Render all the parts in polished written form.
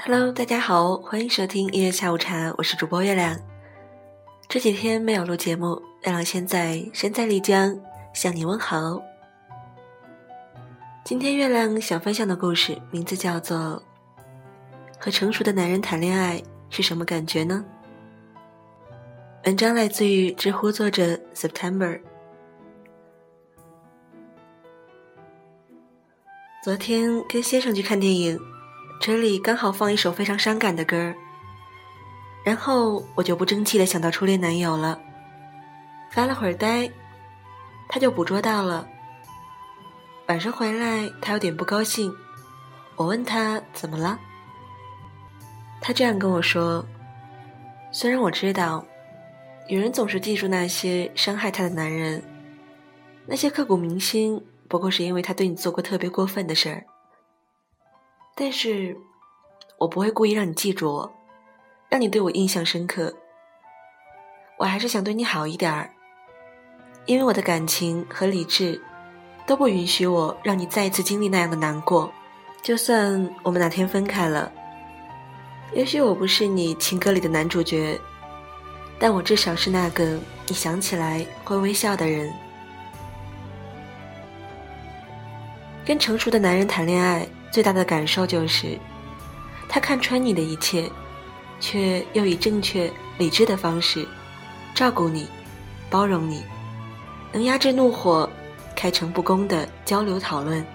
Hello， 大家好，欢迎收听音乐下午茶，我是主播月亮。这几天没有录节目，月亮现在身在丽江，向你问好。今天月亮想分享的故事名字叫做和成熟的男人谈恋爱是什么感觉呢？文章来自于知乎作者 September。 昨天跟先生去看电影，车里刚好放一首非常伤感的歌，然后我就不争气地想到初恋男友了，发了会儿呆，他就捕捉到了。晚上回来他有点不高兴，我问他怎么了，他这样跟我说，虽然我知道女人总是记住那些伤害她的男人，那些刻骨铭心不过是因为他对你做过特别过分的事儿，但是我不会故意让你记住我，让你对我印象深刻，我还是想对你好一点儿，因为我的感情和理智都不允许我让你再一次经历那样的难过。就算我们哪天分开了，也许我不是你情歌里的男主角，但我至少是那个你想起来会微笑的人。跟成熟的男人谈恋爱最大的感受就是他看穿你的一切，却又以正确理智的方式照顾你，包容你，能压制怒火，开诚布公的交流讨论。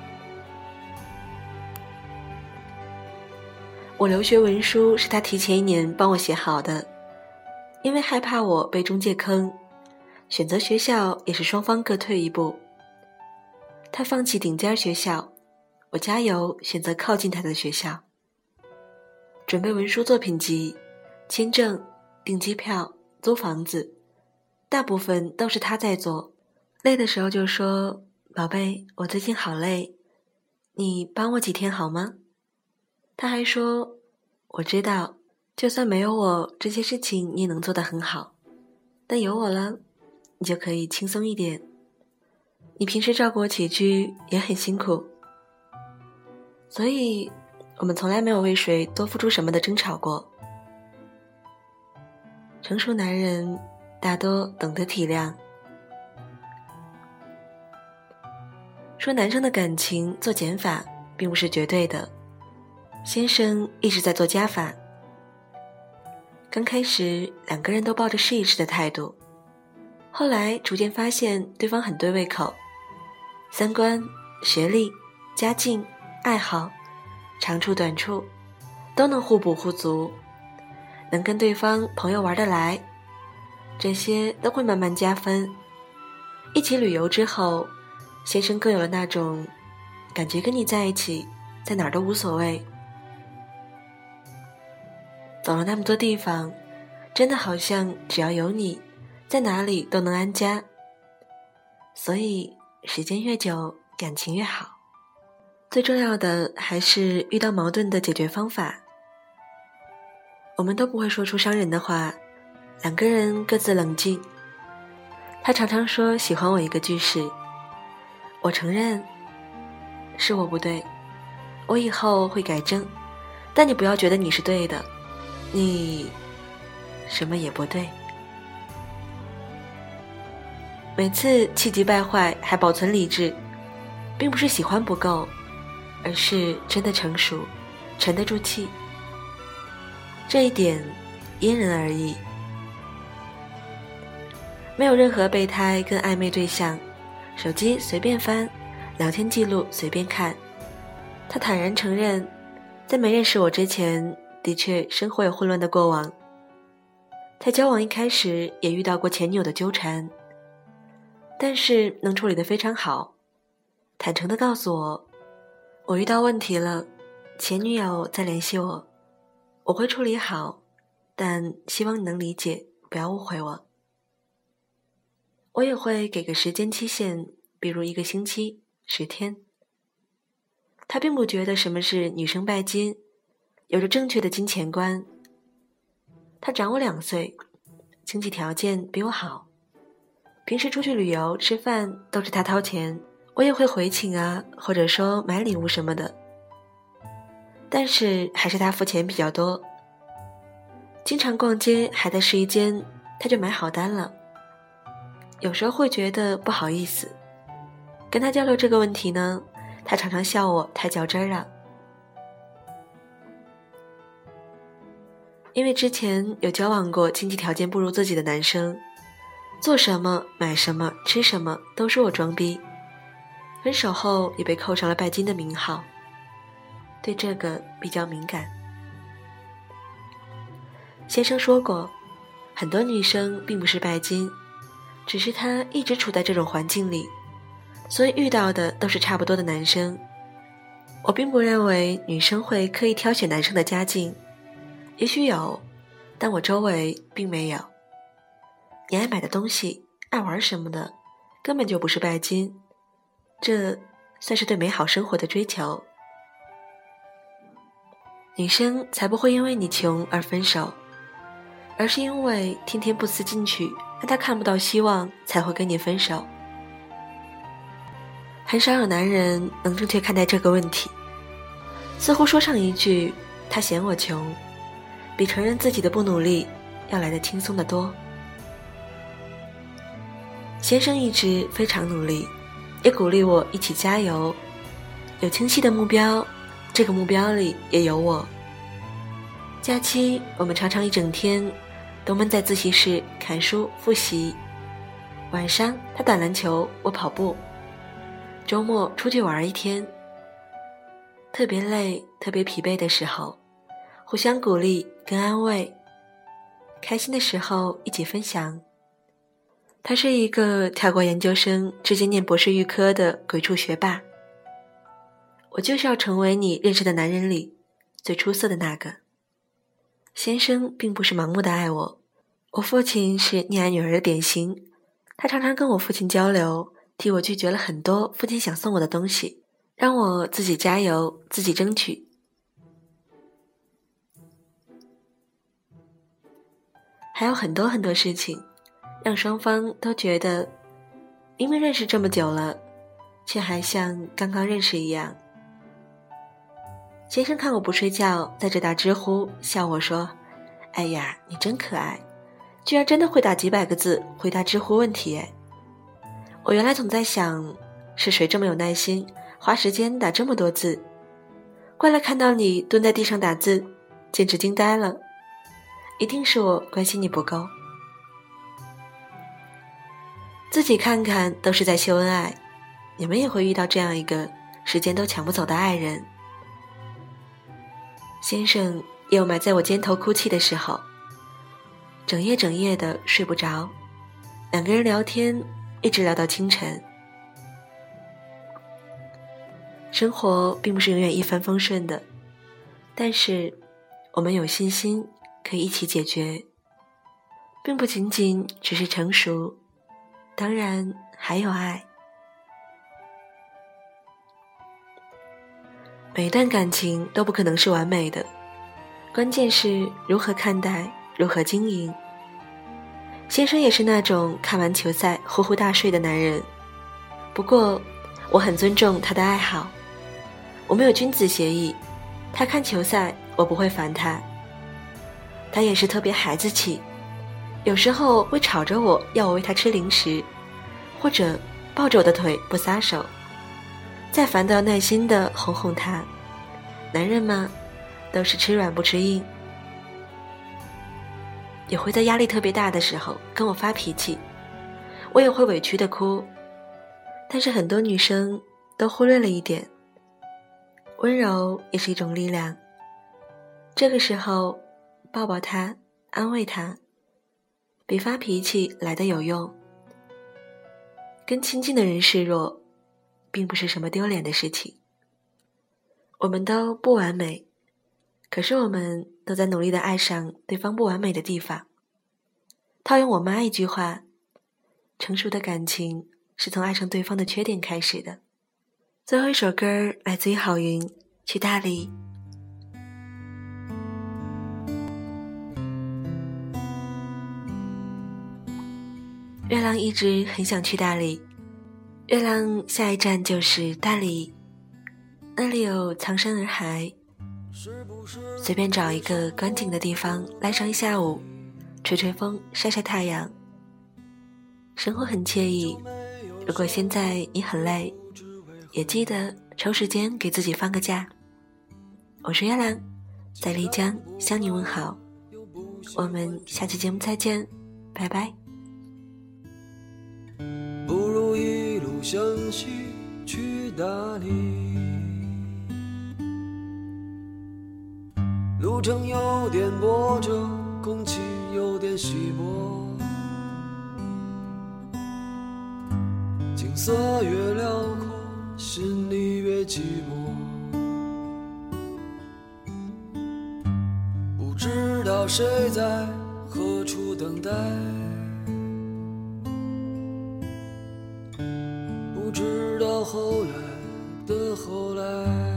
我留学文书是他提前1年帮我写好的，因为害怕我被中介坑，选择学校也是双方各退一步。他放弃顶尖学校，我加油选择靠近他的学校。准备文书作品集，签证，订机票，租房子，大部分都是他在做。累的时候就说，宝贝，我最近好累，你帮我几天好吗？他还说，我知道，就算没有我，这些事情你也能做得很好，但有我了，你就可以轻松一点。你平时照顾我起居也很辛苦，所以我们从来没有为谁多付出什么的争吵过。成熟男人大多懂得体谅。说男生的感情做减法并不是绝对的，先生一直在做加法。刚开始2个人都抱着试一试的态度，后来逐渐发现对方很对胃口，三观、学历、家境、爱好、长处短处都能互补互足，能跟对方朋友玩得来，这些都会慢慢加分。一起旅游之后，先生更有了那种感觉，跟你在一起在哪儿都无所谓。走了那么多地方，真的好像只要有你，在哪里都能安家。所以时间越久，感情越好。最重要的还是遇到矛盾的解决方法。我们都不会说出伤人的话，2个人各自冷静。他常常说喜欢我一个句式，我承认是我不对，我以后会改正，但你不要觉得你是对的，你什么也不对。每次气急败坏还保存理智，并不是喜欢不够，而是真的成熟，沉得住气。这一点因人而异。没有任何备胎跟暧昧对象，手机随便翻，聊天记录随便看。他坦然承认，在没认识我之前，的确生活有混乱的过往。在交往一开始也遇到过前女友的纠缠，但是能处理得非常好，坦诚地告诉我，我遇到问题了，前女友再联系我，我会处理好，但希望你能理解，不要误会我。我也会给个时间期限，比如1个星期、10天。他并不觉得什么是女生拜金，有着正确的金钱观。他长我2岁，经济条件比我好，平时出去旅游吃饭都是他掏钱，我也会回请啊，或者说买礼物什么的。 但是还是他付钱比较多。经常逛街还在试衣间，他就买好单了。有时候会觉得不好意思，跟他交流这个问题呢，他常常笑我太较真了。因为之前有交往过经济条件不如自己的男生，做什么买什么吃什么都说我装逼，分手后也被扣上了拜金的名号，对这个比较敏感。先生说过，很多女生并不是拜金，只是她一直处在这种环境里，所以遇到的都是差不多的男生。我并不认为女生会刻意挑选男生的家境，也许有，但我周围并没有。你爱买的东西，爱玩什么的，根本就不是拜金，这算是对美好生活的追求。女生才不会因为你穷而分手，而是因为天天不思进取，让她看不到希望，才会跟你分手。很少有男人能正确看待这个问题，似乎说上一句他嫌我穷，比承认自己的不努力要来得轻松得多。先生一直非常努力，也鼓励我一起加油，有清晰的目标，这个目标里也有我。假期我们常常一整天都闷在自习室看书复习，晚上他打篮球，我跑步，周末出去玩一天。特别累特别疲惫的时候，互相鼓励跟安慰，开心的时候一起分享。他是一个跳过研究生直接念博士预科的鬼畜学霸。我就是要成为你认识的男人里最出色的那个。先生并不是盲目的爱我，我父亲是溺爱女儿的典型，他常常跟我父亲交流，替我拒绝了很多父亲想送我的东西，让我自己加油，自己争取。还有很多很多事情，让双方都觉得，因为认识这么久了，却还像刚刚认识一样。先生看我不睡觉，在这打知乎，笑我说：“哎呀，你真可爱，居然真的会打几百个字回答知乎问题哎！”我原来总在想，是谁这么有耐心，花时间打这么多字？过来看到你蹲在地上打字，简直惊呆了。一定是我关心你不够。自己看看都是在秀恩爱，你们也会遇到这样一个时间都抢不走的爱人。先生也有埋在我肩头哭泣的时候，整夜整夜的睡不着，两个人聊天一直聊到清晨。生活并不是永远一帆风顺的，但是我们有信心可以一起解决，并不仅仅只是成熟，当然还有爱。每一段感情都不可能是完美的，关键是如何看待，如何经营。先生也是那种看完球赛呼呼大睡的男人，不过我很尊重他的爱好，我们有君子协议，他看球赛我不会烦他。他也是特别孩子气，有时候会吵着我要我喂他吃零食，或者抱着我的腿不撒手，再烦都要耐心地哄哄他。男人嘛，都是吃软不吃硬。也会在压力特别大的时候跟我发脾气，我也会委屈地哭。但是很多女生都忽略了一点，温柔也是一种力量。这个时候抱抱他，安慰他，比发脾气来得有用。跟亲近的人示弱并不是什么丢脸的事情。我们都不完美，可是我们都在努力地爱上对方不完美的地方。套用我妈一句话，成熟的感情是从爱上对方的缺点开始的。最后一首歌来自于郝云，去大理。月亮一直很想去大理，月亮下一站就是大理，那里有苍山洱海， 随便找一个干净的地方赖上一下午，吹吹风，晒晒太阳，生活很惬意。如果现在你很累，也记得抽时间给自己放个假。我是月亮，在丽江向你问好，我们下期节目再见，拜拜。 不如一路向西去大理，路程有点波折，空气有点稀薄，景色越辽阔，心里越寂寞，不知道谁在何处等待，不知道后来的后来，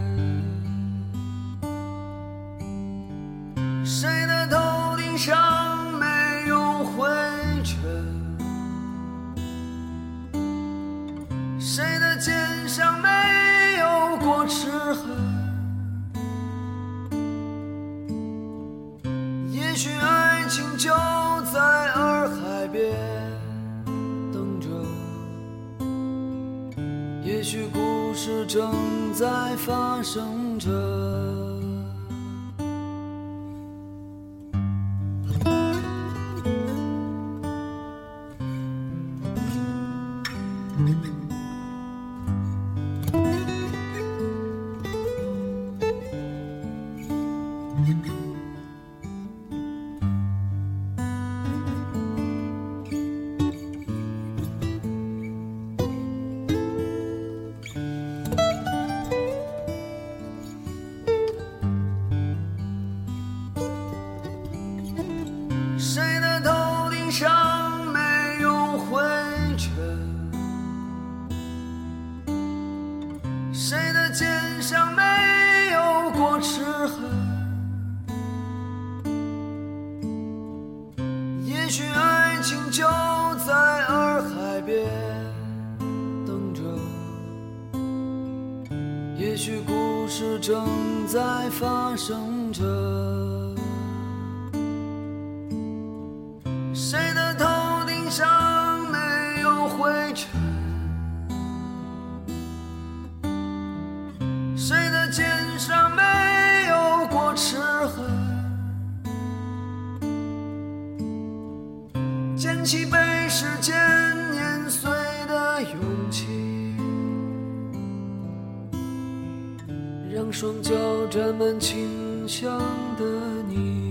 谁的头顶上没有灰尘，谁的肩上没有过齿痕，也许爱情就在洱海边等着，也许故事正在发生着。谁的头顶上没有灰尘，谁的肩上没有过齿痕，也许爱情就在洱海边等着，也许故事正在发生着。谁的头顶上没有灰尘，谁的肩上没有过齿痕，捡起被时间碾碎的勇气，让双脚沾满清香的泥。